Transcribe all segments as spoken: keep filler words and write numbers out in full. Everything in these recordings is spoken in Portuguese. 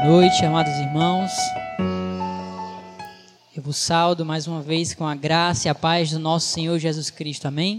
noite, amados irmãos. Eu vos saúdo mais uma vez com a graça e a paz do nosso Senhor Jesus Cristo. Amém?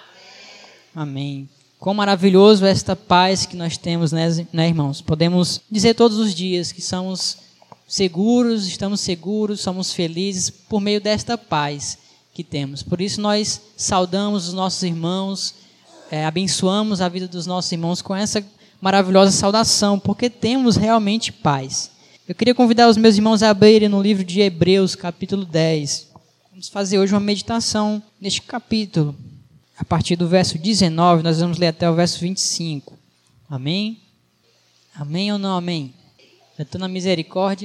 Amém. Quão maravilhoso é esta paz que nós temos, né, né, irmãos? Podemos dizer todos os dias que somos seguros, estamos seguros, somos felizes por meio desta paz que temos. Por isso nós saudamos os nossos irmãos, é, abençoamos a vida dos nossos irmãos com essa maravilhosa saudação, porque temos realmente paz. Eu queria convidar os meus irmãos a abrirem no livro de Hebreus, capítulo dez. Vamos fazer hoje uma meditação neste capítulo. A partir do verso dezenove, nós vamos ler até o verso vinte e cinco. Amém? Amém ou não amém? Já estou na misericórdia.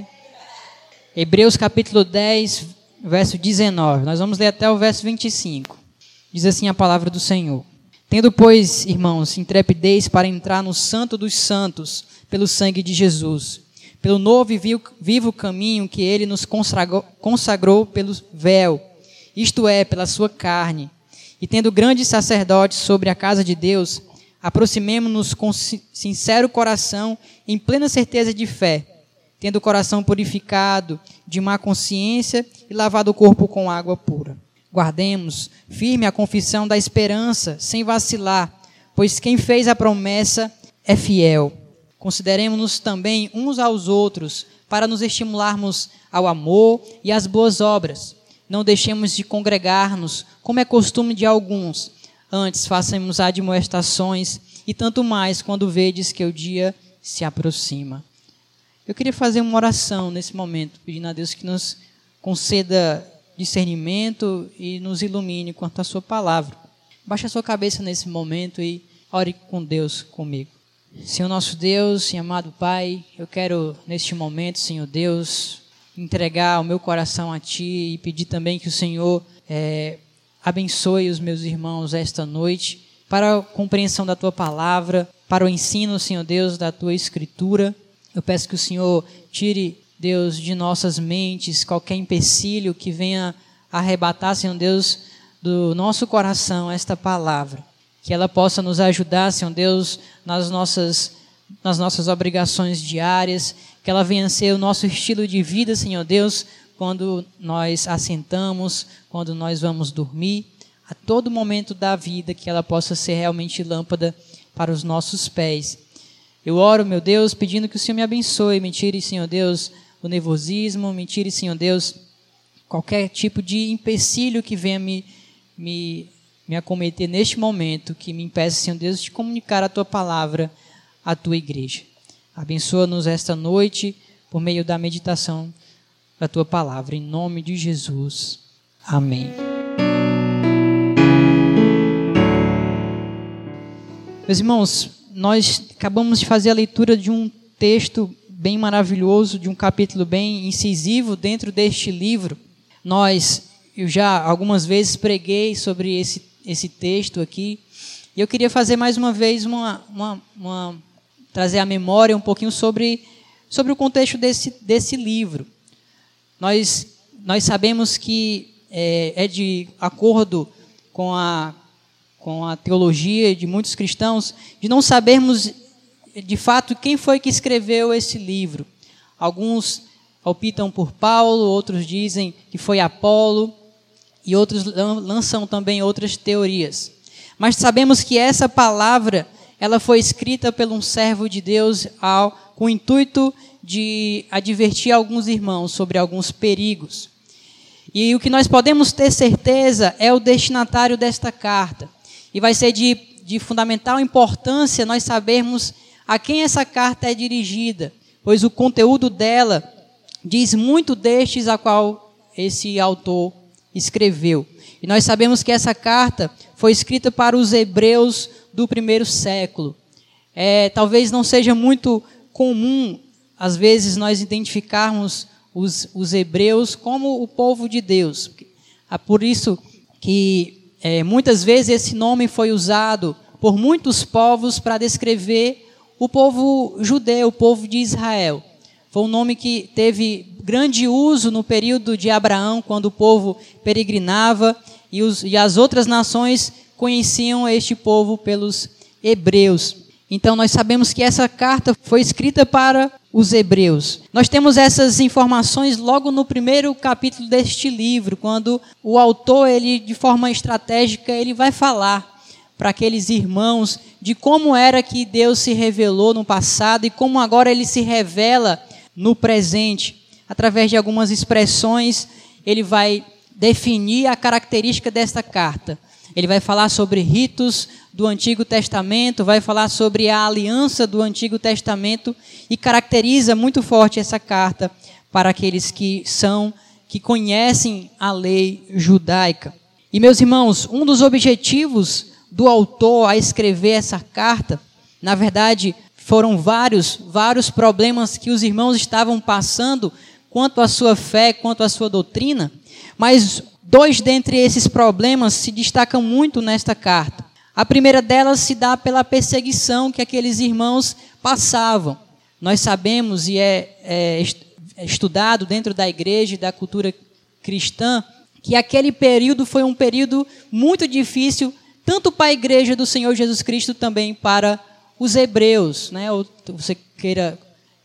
Hebreus, capítulo dez, verso dezenove. Nós vamos ler até o verso vinte e cinco. Diz assim a palavra do Senhor. Tendo, pois, irmãos, intrepidez para entrar no santo dos santos, pelo sangue de Jesus, pelo novo e vivo caminho que ele nos consagrou, consagrou pelo véu, isto é, pela sua carne, e tendo grande sacerdote sobre a casa de Deus, aproximemo-nos com sincero coração, em plena certeza de fé, tendo o coração purificado de má consciência e lavado o corpo com água pura. Guardemos firme a confissão da esperança, sem vacilar, pois quem fez a promessa é fiel. Consideremos-nos também uns aos outros, para nos estimularmos ao amor e às boas obras. Não deixemos de congregar-nos, como é costume de alguns. Antes façamos admoestações, e tanto mais quando vedes que o dia se aproxima. Eu queria fazer uma oração nesse momento, pedindo a Deus que nos conceda discernimento e nos ilumine quanto à sua palavra. Baixe a sua cabeça nesse momento e ore com Deus comigo. Senhor nosso Deus e amado Pai, eu quero neste momento, Senhor Deus, entregar o meu coração a Ti e pedir também que o Senhor é, abençoe os meus irmãos esta noite para a compreensão da Tua palavra, para o ensino, Senhor Deus, da Tua Escritura. Eu peço que o Senhor tire, Deus, de nossas mentes qualquer empecilho que venha arrebatar, Senhor Deus, do nosso coração esta palavra. Que ela possa nos ajudar, Senhor Deus, nas nossas, nas nossas obrigações diárias. Que ela venha ser o nosso estilo de vida, Senhor Deus, quando nós assentamos, quando nós vamos dormir. A todo momento da vida, que ela possa ser realmente lâmpada para os nossos pés. Eu oro, meu Deus, pedindo que o Senhor me abençoe, me tire, Senhor Deus, o nervosismo, me tire, Senhor Deus, qualquer tipo de empecilho que venha me, me, me acometer neste momento, que me impeça, Senhor Deus, de comunicar a Tua palavra à Tua igreja. Abençoa-nos esta noite por meio da meditação da Tua palavra, em nome de Jesus. Amém. Meus irmãos, nós acabamos de fazer a leitura de um texto bem maravilhoso, de um capítulo bem incisivo dentro deste livro. Nós, eu já algumas vezes preguei sobre esse, esse texto aqui, e eu queria fazer mais uma vez, uma, uma, uma, trazer à memória um pouquinho sobre, sobre o contexto desse, desse livro. Nós, nós sabemos que é, é de acordo com a com a teologia de muitos cristãos, de não sabermos de fato quem foi que escreveu esse livro. Alguns optam por Paulo, outros dizem que foi Apolo, e outros lançam também outras teorias. Mas sabemos que essa palavra, ela foi escrita por um servo de Deus ao, com o intuito de advertir alguns irmãos sobre alguns perigos. E o que nós podemos ter certeza é o destinatário desta carta. E vai ser de, de fundamental importância nós sabermos a quem essa carta é dirigida, pois o conteúdo dela diz muito destes a qual esse autor escreveu. E nós sabemos que essa carta foi escrita para os hebreus do primeiro século. É, talvez não seja muito comum, às vezes, nós identificarmos os, os hebreus como o povo de Deus. É por isso que É, muitas vezes esse nome foi usado por muitos povos para descrever o povo judeu, o povo de Israel. Foi um nome que teve grande uso no período de Abraão, quando o povo peregrinava e, os, e as outras nações conheciam este povo pelos hebreus. Então nós sabemos que essa carta foi escrita para os hebreus. Nós temos essas informações logo no primeiro capítulo deste livro, quando o autor, ele, de forma estratégica, ele vai falar para aqueles irmãos de como era que Deus se revelou no passado e como agora ele se revela no presente. Através de algumas expressões, ele vai definir a característica desta carta. Ele vai falar sobre ritos do Antigo Testamento, vai falar sobre a aliança do Antigo Testamento e caracteriza muito forte essa carta para aqueles que são, que conhecem a lei judaica. E, meus irmãos, um dos objetivos do autor a escrever essa carta, na verdade, foram vários, vários problemas que os irmãos estavam passando quanto à sua fé, quanto à sua doutrina, mas dois dentre esses problemas se destacam muito nesta carta. A primeira delas se dá pela perseguição que aqueles irmãos passavam. Nós sabemos, e é, é estudado dentro da igreja e da cultura cristã, que aquele período foi um período muito difícil, tanto para a igreja do Senhor Jesus Cristo, também para os hebreus, né? Ou você queira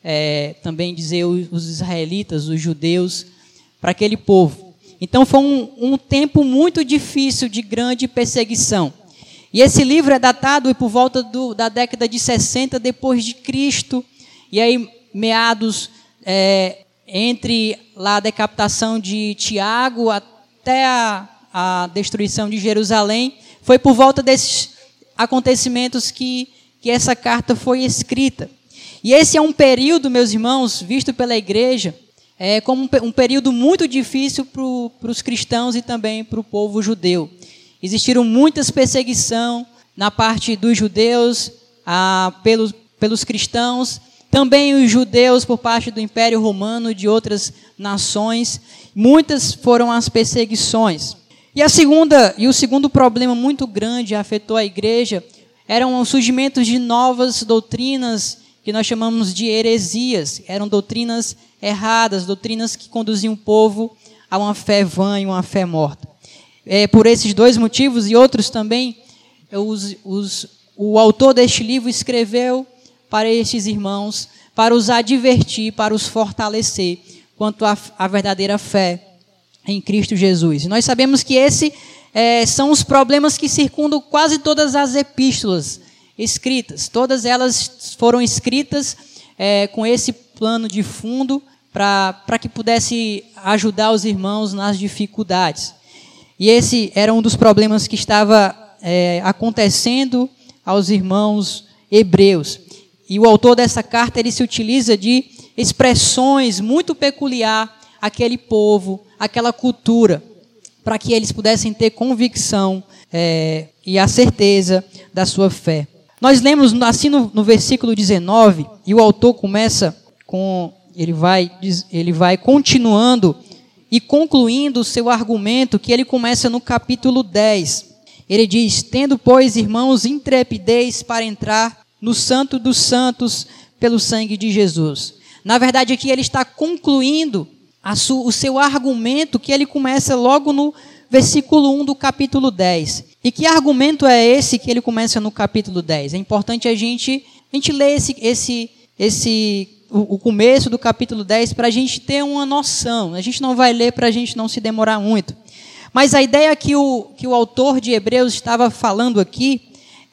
é, também dizer os israelitas, os judeus, para aquele povo. Então foi um, um tempo muito difícil de grande perseguição. E esse livro é datado por volta do, da década de sessenta depois de Cristo. E aí, meados é, entre lá a decapitação de Tiago até a, a destruição de Jerusalém, foi por volta desses acontecimentos que, que essa carta foi escrita. E esse é um período, meus irmãos, visto pela igreja, é como um, um período muito difícil para os cristãos e também para o povo judeu. Existiram muitas perseguições na parte dos judeus, ah, pelos, pelos cristãos, também os judeus por parte do Império Romano e de outras nações. Muitas foram as perseguições. E, a segunda, e o segundo problema muito grande afetou a igreja eram os surgimentos de novas doutrinas que nós chamamos de heresias. Eram doutrinas erradas, doutrinas que conduziam o povo a uma fé vã e uma fé morta. É, por esses dois motivos e outros também, os, os, o autor deste livro escreveu para estes irmãos, para os advertir, para os fortalecer quanto à, à verdadeira fé em Cristo Jesus. E nós sabemos que esses é, são os problemas que circundam quase todas as epístolas escritas. Todas elas foram escritas é, com esse plano de fundo para que pudesse ajudar os irmãos nas dificuldades. E esse era um dos problemas que estava é, acontecendo aos irmãos hebreus. E o autor dessa carta, ele se utiliza de expressões muito peculiares àquele povo, àquela cultura, para que eles pudessem ter convicção é, e a certeza da sua fé. Nós lemos assim no, no versículo dezenove, e o autor começa com, ele vai, ele vai continuando e concluindo o seu argumento, que ele começa no capítulo dez. Ele diz: tendo, pois, irmãos, intrepidez para entrar no santo dos santos pelo sangue de Jesus. Na verdade, aqui ele está concluindo a su, o seu argumento, que ele começa logo no versículo um do capítulo dez. E que argumento é esse que ele começa no capítulo dez? É importante a gente, a gente ler esse, esse, esse, o, o começo do capítulo dez para a gente ter uma noção. A gente não vai ler para a gente não se demorar muito. Mas a ideia que o, que o autor de Hebreus estava falando aqui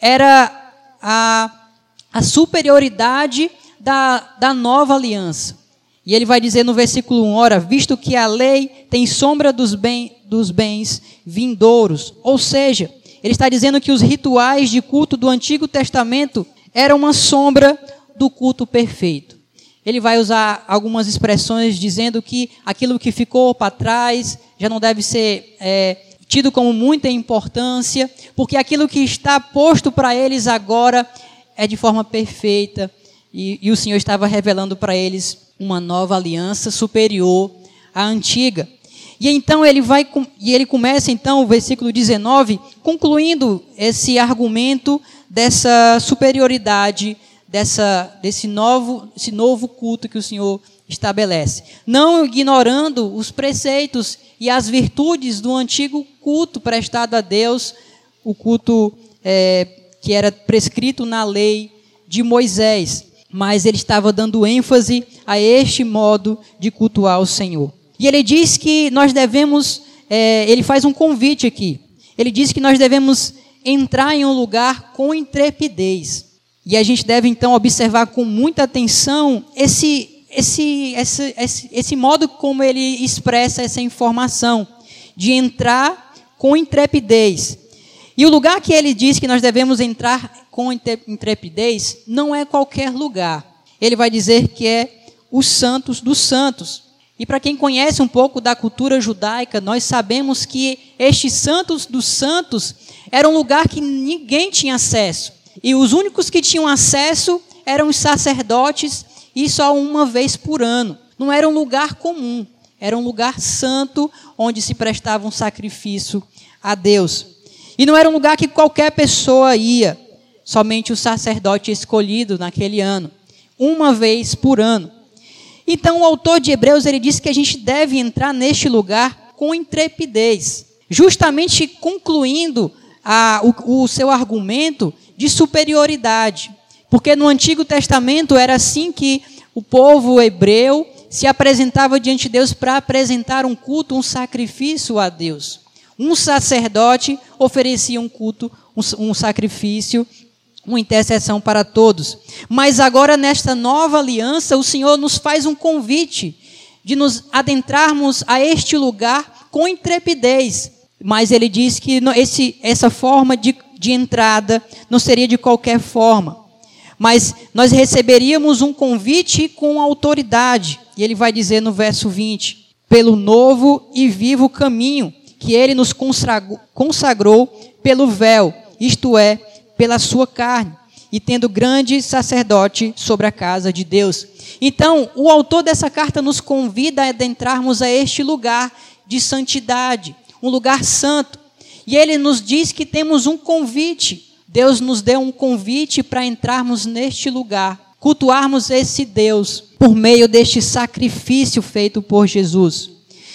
era a, a superioridade da, da nova aliança. E ele vai dizer no versículo um, ora, visto que a lei tem sombra dos, bem, dos bens vindouros. Ou seja, ele está dizendo que os rituais de culto do Antigo Testamento eram uma sombra do culto perfeito. Ele vai usar algumas expressões dizendo que aquilo que ficou para trás já não deve ser é, tido como muita importância, porque aquilo que está posto para eles agora é de forma perfeita. E, e o Senhor estava revelando para eles uma nova aliança superior à antiga. E então ele vai e ele começa então o versículo dezenove concluindo esse argumento dessa superioridade, dessa desse novo esse novo culto que o Senhor estabelece, não ignorando os preceitos e as virtudes do antigo culto prestado a Deus, o culto é, que era prescrito na lei de Moisés, mas ele estava dando ênfase a este modo de cultuar o Senhor. E ele diz que nós devemos, é, ele faz um convite aqui, ele diz que nós devemos entrar em um lugar com intrepidez. E a gente deve então observar com muita atenção esse, esse, esse, esse, esse modo como ele expressa essa informação, de entrar com intrepidez. E o lugar que ele diz que nós devemos entrar com intrepidez não é qualquer lugar. Ele vai dizer que é os santos dos santos. E para quem conhece um pouco da cultura judaica, nós sabemos que estes santos dos santos era um lugar que ninguém tinha acesso. E os únicos que tinham acesso eram os sacerdotes, e só uma vez por ano. Não era um lugar comum, era um lugar santo onde se prestava um sacrifício a Deus. E não era um lugar que qualquer pessoa ia, somente o sacerdote escolhido naquele ano, uma vez por ano. Então o autor de Hebreus ele diz que a gente deve entrar neste lugar com intrepidez, justamente concluindo a, o, o seu argumento de superioridade. Porque no Antigo Testamento era assim que o povo hebreu se apresentava diante de Deus para apresentar um culto, um sacrifício a Deus. Um sacerdote oferecia um culto, um, um sacrifício, uma intercessão para todos. Mas agora, nesta nova aliança, o Senhor nos faz um convite de nos adentrarmos a este lugar com intrepidez. Mas ele diz que esse, essa forma de, de entrada não seria de qualquer forma. Mas nós receberíamos um convite com autoridade. E ele vai dizer no verso vinte, pelo novo e vivo caminho que ele nos consagrou, consagrou pelo véu, isto é, pela sua carne, e tendo grande sacerdote sobre a casa de Deus. Então, o autor dessa carta nos convida a adentrarmos a este lugar de santidade, um lugar santo. E ele nos diz que temos um convite. Deus nos deu um convite para entrarmos neste lugar, cultuarmos esse Deus por meio deste sacrifício feito por Jesus.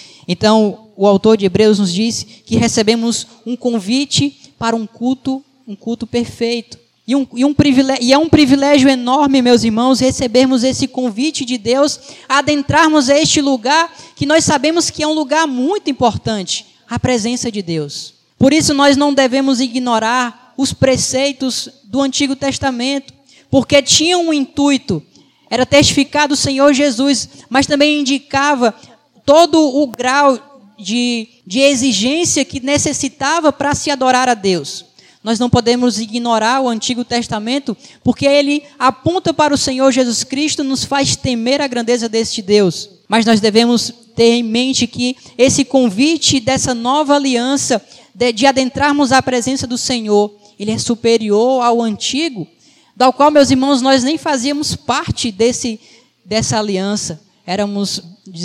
Então, o autor de Hebreus nos diz que recebemos um convite para um culto, um culto perfeito. E, um, e, um privilégio, e é um privilégio enorme, meus irmãos, recebermos esse convite de Deus, adentrarmos a este lugar que nós sabemos que é um lugar muito importante, a presença de Deus. Por isso nós não devemos ignorar os preceitos do Antigo Testamento, porque tinham um intuito, era testificar do Senhor Jesus, mas também indicava todo o grau de, de exigência que necessitava para se adorar a Deus. Nós não podemos ignorar o Antigo Testamento, porque ele aponta para o Senhor Jesus Cristo, nos faz temer a grandeza deste Deus. Mas nós devemos ter em mente que esse convite dessa nova aliança, de, de adentrarmos a presença do Senhor, ele é superior ao antigo, do qual, meus irmãos, nós nem fazíamos parte desse, dessa aliança. Éramos,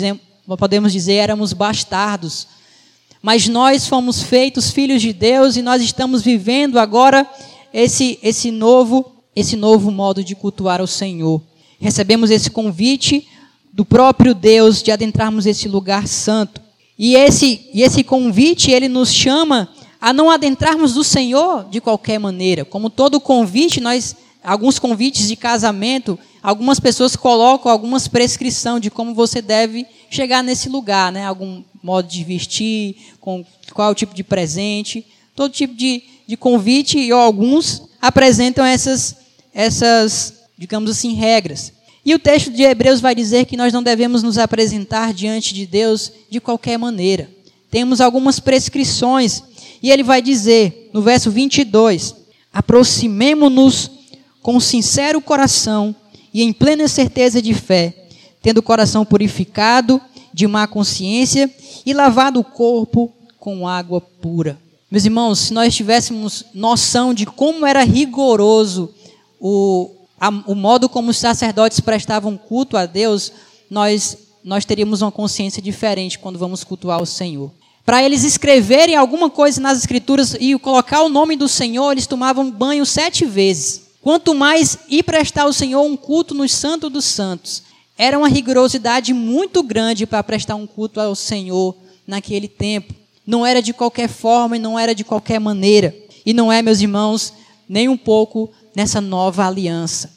podemos dizer, éramos bastardos. Mas nós fomos feitos filhos de Deus e nós estamos vivendo agora esse, esse, novo, esse novo modo de cultuar o Senhor. Recebemos esse convite do próprio Deus de adentrarmos esse lugar santo. E esse, e esse convite, ele nos chama a não adentrarmos do Senhor de qualquer maneira. Como todo convite, nós, alguns convites de casamento, algumas pessoas colocam algumas prescrições de como você deve chegar nesse lugar, né? Algum modo de vestir, com qual tipo de presente, todo tipo de, de convite, e alguns apresentam essas, essas, digamos assim, regras. E o texto de Hebreus vai dizer que nós não devemos nos apresentar diante de Deus de qualquer maneira. Temos algumas prescrições, e ele vai dizer, no verso vinte e dois, aproximemo-nos com sincero coração e em plena certeza de fé, tendo o coração purificado de má consciência e lavado o corpo com água pura. Meus irmãos, se nós tivéssemos noção de como era rigoroso o, a, o modo como os sacerdotes prestavam culto a Deus, nós, nós teríamos uma consciência diferente quando vamos cultuar o Senhor. Para eles escreverem alguma coisa nas Escrituras e colocar o nome do Senhor, eles tomavam banho sete vezes. Quanto mais ir prestar ao Senhor um culto no Santo dos Santos. Era uma rigorosidade muito grande para prestar um culto ao Senhor naquele tempo. Não era de qualquer forma e não era de qualquer maneira. E não é, meus irmãos, nem um pouco nessa nova aliança.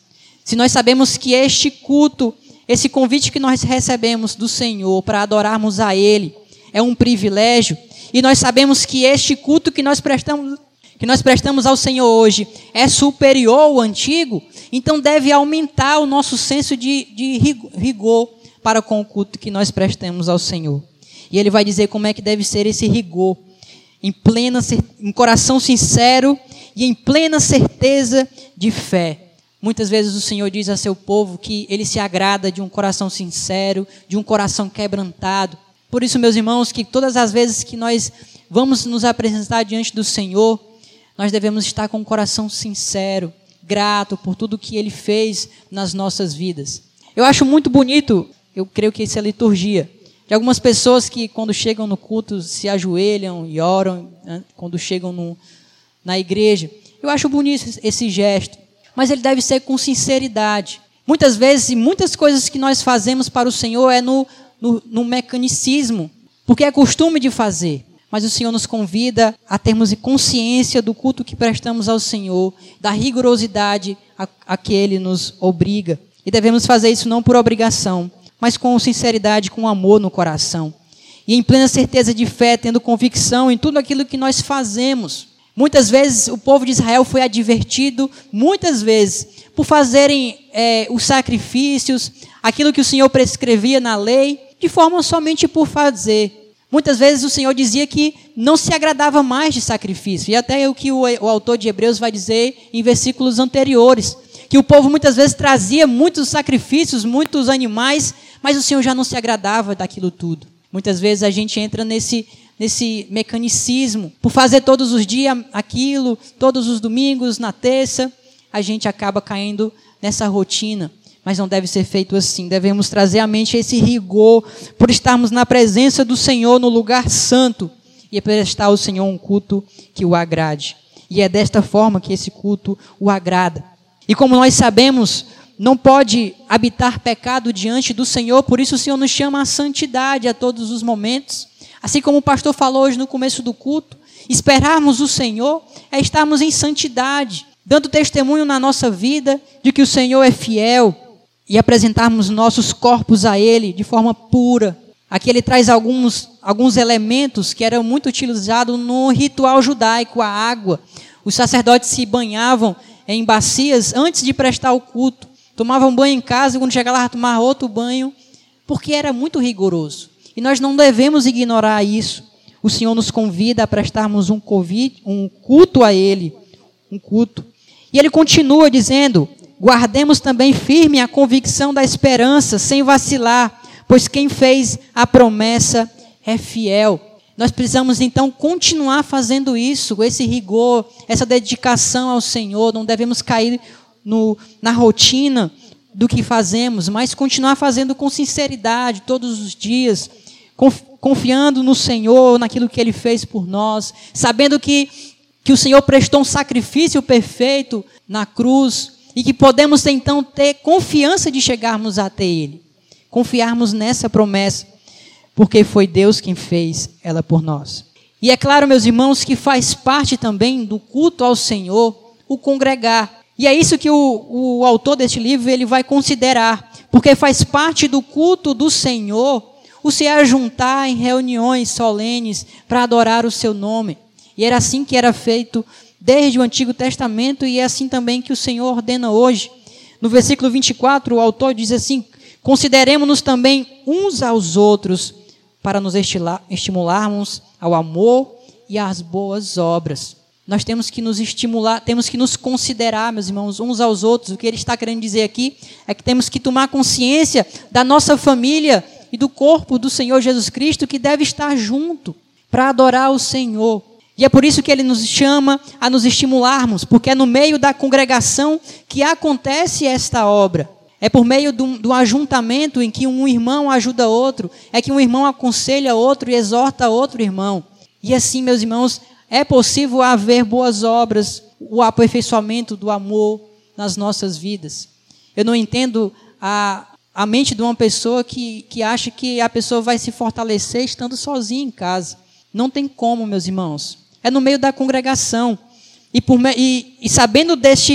se nós sabemos que este culto, esse convite que nós recebemos do Senhor para adorarmos a Ele, é um privilégio, e nós sabemos que este culto que nós prestamos, que nós prestamos ao Senhor hoje é superior ao antigo, então deve aumentar o nosso senso de, de rigor para com o culto que nós prestamos ao Senhor. E Ele vai dizer como é que deve ser esse rigor, em plena, em coração sincero e em plena certeza de fé. Muitas vezes o Senhor diz a seu povo que Ele se agrada de um coração sincero, de um coração quebrantado. Por isso, meus irmãos, que todas as vezes que nós vamos nos apresentar diante do Senhor, nós devemos estar com um coração sincero, grato por tudo que Ele fez nas nossas vidas. Eu acho muito bonito, eu creio que isso é liturgia, de algumas pessoas que quando chegam no culto se ajoelham e oram, né, quando chegam no, na igreja. Eu acho bonito esse gesto, mas ele deve ser com sinceridade. Muitas vezes, e muitas coisas que nós fazemos para o Senhor é no, no, no mecanicismo, porque é costume de fazer. Mas o Senhor nos convida a termos consciência do culto que prestamos ao Senhor, da rigorosidade a, a que Ele nos obriga. E devemos fazer isso não por obrigação, mas com sinceridade, com amor no coração. E em plena certeza de fé, tendo convicção em tudo aquilo que nós fazemos. Muitas vezes o povo de Israel foi advertido, muitas vezes, por fazerem é, os sacrifícios, aquilo que o Senhor prescrevia na lei, de forma somente por fazer. Muitas vezes o Senhor dizia que não se agradava mais de sacrifício. E até o que o, o autor de Hebreus vai dizer em versículos anteriores. Que o povo muitas vezes trazia muitos sacrifícios, muitos animais, mas o Senhor já não se agradava daquilo tudo. Muitas vezes a gente entra nesse, nesse mecanicismo. Por fazer todos os dias aquilo, todos os domingos, na terça, a gente acaba caindo nessa rotina. Mas não deve ser feito assim. Devemos trazer à mente esse rigor por estarmos na presença do Senhor no lugar santo e prestar ao Senhor um culto que o agrade. E é desta forma que esse culto o agrada. E como nós sabemos, não pode habitar pecado diante do Senhor, por isso o Senhor nos chama à santidade a todos os momentos. Assim como o pastor falou hoje no começo do culto, esperarmos o Senhor é estarmos em santidade, dando testemunho na nossa vida de que o Senhor é fiel, e apresentarmos nossos corpos a Ele de forma pura. Aqui ele traz alguns, alguns elementos que eram muito utilizados no ritual judaico, a água. Os sacerdotes se banhavam em bacias antes de prestar o culto. Tomavam banho em casa e quando chegavam lá, tomavam outro banho, porque era muito rigoroso. E nós não devemos ignorar isso. O Senhor nos convida a prestarmos um culto a Ele, um culto. E ele continua dizendo: guardemos também firme a convicção da esperança, sem vacilar, pois quem fez a promessa é fiel. Nós precisamos então continuar fazendo isso, esse rigor, essa dedicação ao Senhor. Não devemos cair no, na rotina do que fazemos, mas continuar fazendo com sinceridade todos os dias, confiando no Senhor, naquilo que Ele fez por nós, sabendo que, que o Senhor prestou um sacrifício perfeito na cruz, e que podemos então ter confiança de chegarmos até Ele. Confiarmos nessa promessa, porque foi Deus quem fez ela por nós. E é claro, meus irmãos, que faz parte também do culto ao Senhor o congregar. E é isso que o, o autor deste livro ele vai considerar, porque faz parte do culto do Senhor o se ajuntar em reuniões solenes para adorar o seu nome. E era assim que era feito desde o Antigo Testamento, e é assim também que o Senhor ordena hoje. No versículo vinte e quatro, o autor diz assim: consideremos-nos também uns aos outros, para nos estimularmos ao amor e às boas obras. Nós temos que nos estimular, temos que nos considerar, meus irmãos, uns aos outros. O que ele está querendo dizer aqui é que temos que tomar consciência da nossa família e do corpo do Senhor Jesus Cristo, que deve estar junto para adorar o Senhor. E é por isso que ele nos chama a nos estimularmos, porque é no meio da congregação que acontece esta obra. É por meio do, do ajuntamento em que um irmão ajuda outro, é que um irmão aconselha outro e exorta outro irmão. E assim, meus irmãos, é possível haver boas obras, o aperfeiçoamento do amor nas nossas vidas. Eu não entendo a, a mente de uma pessoa que, que acha que a pessoa vai se fortalecer estando sozinha em casa. Não tem como, meus irmãos. É no meio da congregação. E, por, e, e sabendo deste,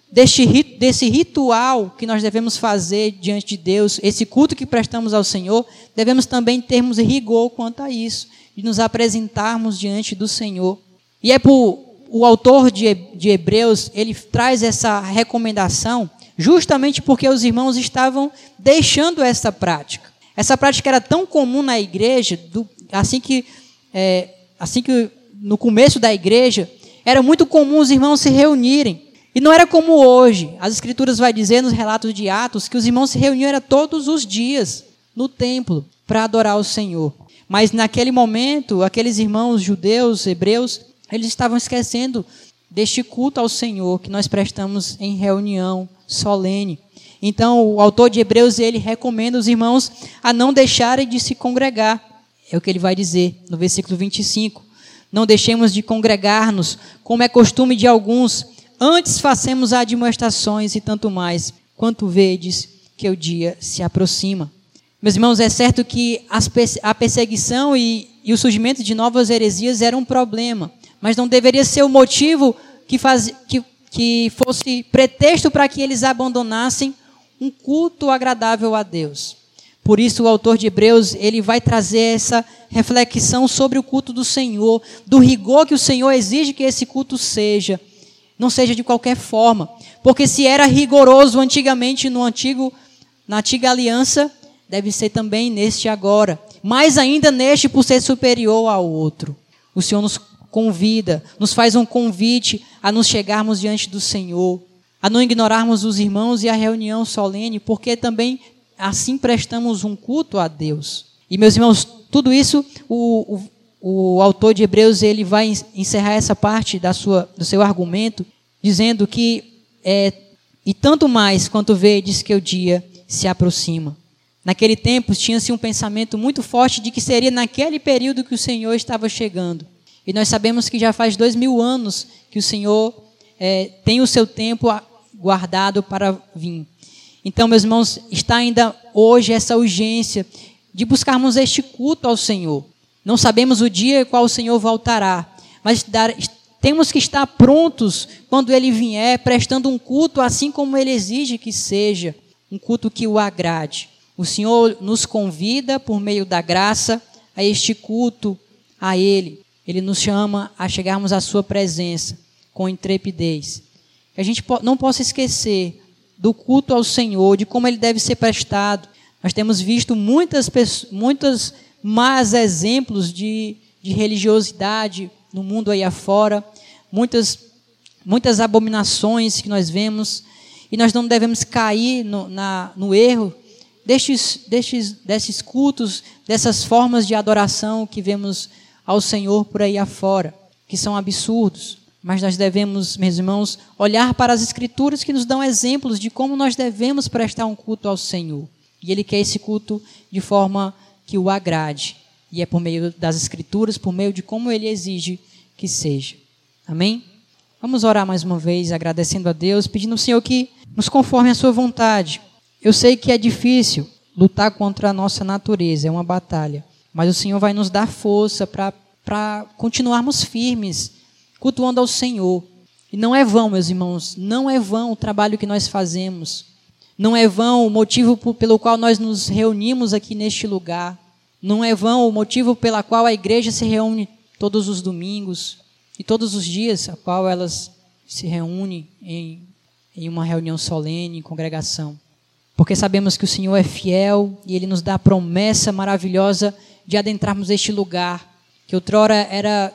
deste, desse ritual que nós devemos fazer diante de Deus, esse culto que prestamos ao Senhor, devemos também termos rigor quanto a isso, de nos apresentarmos diante do Senhor. E é por o autor de, de Hebreus, ele traz essa recomendação justamente porque os irmãos estavam deixando essa prática. Essa prática era tão comum na igreja, do, assim que, é, assim que no começo da igreja, era muito comum os irmãos se reunirem. E não era como hoje. As Escrituras vai dizer nos relatos de Atos que os irmãos se reuniam era todos os dias no templo para adorar o Senhor. Mas naquele momento, aqueles irmãos judeus, hebreus, eles estavam esquecendo deste culto ao Senhor que nós prestamos em reunião solene. Então, o autor de Hebreus, ele recomenda os irmãos a não deixarem de se congregar. É o que ele vai dizer no versículo vinte e cinco. Não deixemos de congregar-nos, como é costume de alguns. Antes façamos admoestações e tanto mais, quanto vedes que o dia se aproxima. Meus irmãos, é certo que as, a perseguição e, e o surgimento de novas heresias era um problema, mas não deveria ser o motivo que, faz, que, que fosse pretexto para que eles abandonassem um culto agradável a Deus. Por isso o autor de Hebreus, ele vai trazer essa reflexão sobre o culto do Senhor, do rigor que o Senhor exige que esse culto seja, não seja de qualquer forma. Porque se era rigoroso antigamente no antigo, na antiga aliança, deve ser também neste agora. Mais ainda neste por ser superior ao outro. O Senhor nos convida, nos faz um convite a nos chegarmos diante do Senhor, a não ignorarmos os irmãos e a reunião solene, porque também assim prestamos um culto a Deus. E, meus irmãos, tudo isso, o, o, o autor de Hebreus, ele vai encerrar essa parte da sua, do seu argumento, dizendo que, é, e tanto mais quanto vedes que o dia se aproxima. Naquele tempo, tinha-se um pensamento muito forte de que seria naquele período que o Senhor estava chegando. E nós sabemos que já faz dois mil anos que o Senhor é, tem o seu tempo guardado para vir. Então, meus irmãos, está ainda hoje essa urgência de buscarmos este culto ao Senhor. Não sabemos o dia em qual o Senhor voltará, mas dar, temos que estar prontos quando Ele vier, prestando um culto assim como Ele exige que seja, um culto que o agrade. O Senhor nos convida, por meio da graça, a este culto a Ele. Ele nos chama a chegarmos à sua presença com intrepidez. Que a gente não possa esquecer do culto ao Senhor, de como ele deve ser prestado. Nós temos visto muitas, muitas más exemplos de, de religiosidade no mundo aí afora, muitas, muitas abominações que nós vemos, e nós não devemos cair no, na, no erro destes, destes, desses cultos, dessas formas de adoração que vemos ao Senhor por aí afora, que são absurdos. Mas nós devemos, meus irmãos, olhar para as Escrituras que nos dão exemplos de como nós devemos prestar um culto ao Senhor. E Ele quer esse culto de forma que o agrade. E é por meio das Escrituras, por meio de como Ele exige que seja. Amém? Vamos orar mais uma vez, agradecendo a Deus, pedindo ao Senhor que nos conforme a sua vontade. Eu sei que é difícil lutar contra a nossa natureza, é uma batalha. Mas o Senhor vai nos dar força para para continuarmos firmes, cultuando ao Senhor. E não é vão, meus irmãos, não é vão o trabalho que nós fazemos. Não é vão o motivo pelo qual nós nos reunimos aqui neste lugar. Não é vão o motivo pelo qual a igreja se reúne todos os domingos e todos os dias a qual elas se reúnem em, em uma reunião solene, em congregação. Porque sabemos que o Senhor é fiel e Ele nos dá a promessa maravilhosa de adentrarmos este lugar, que outrora era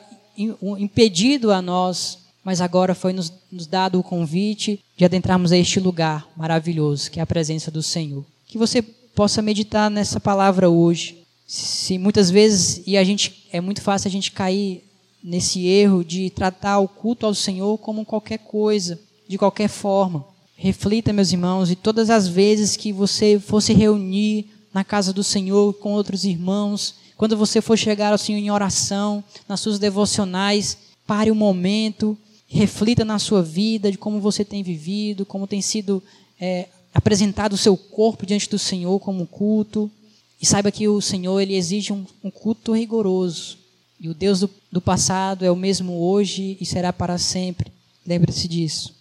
impedido a nós, mas agora foi nos, nos dado o convite de adentrarmos a este lugar maravilhoso, que é a presença do Senhor. Que você possa meditar nessa palavra hoje. Se muitas vezes, e a gente, é muito fácil a gente cair nesse erro de tratar o culto ao Senhor como qualquer coisa, de qualquer forma. Reflita, meus irmãos, e todas as vezes que você for se reunir na casa do Senhor com outros irmãos, quando você for chegar ao Senhor em oração, nas suas devocionais, pare um momento, reflita na sua vida, de como você tem vivido, como tem sido é, apresentado o seu corpo diante do Senhor como culto. E saiba que o Senhor, Ele exige um, um culto rigoroso. E o Deus do, do passado é o mesmo hoje e será para sempre. Lembre-se disso.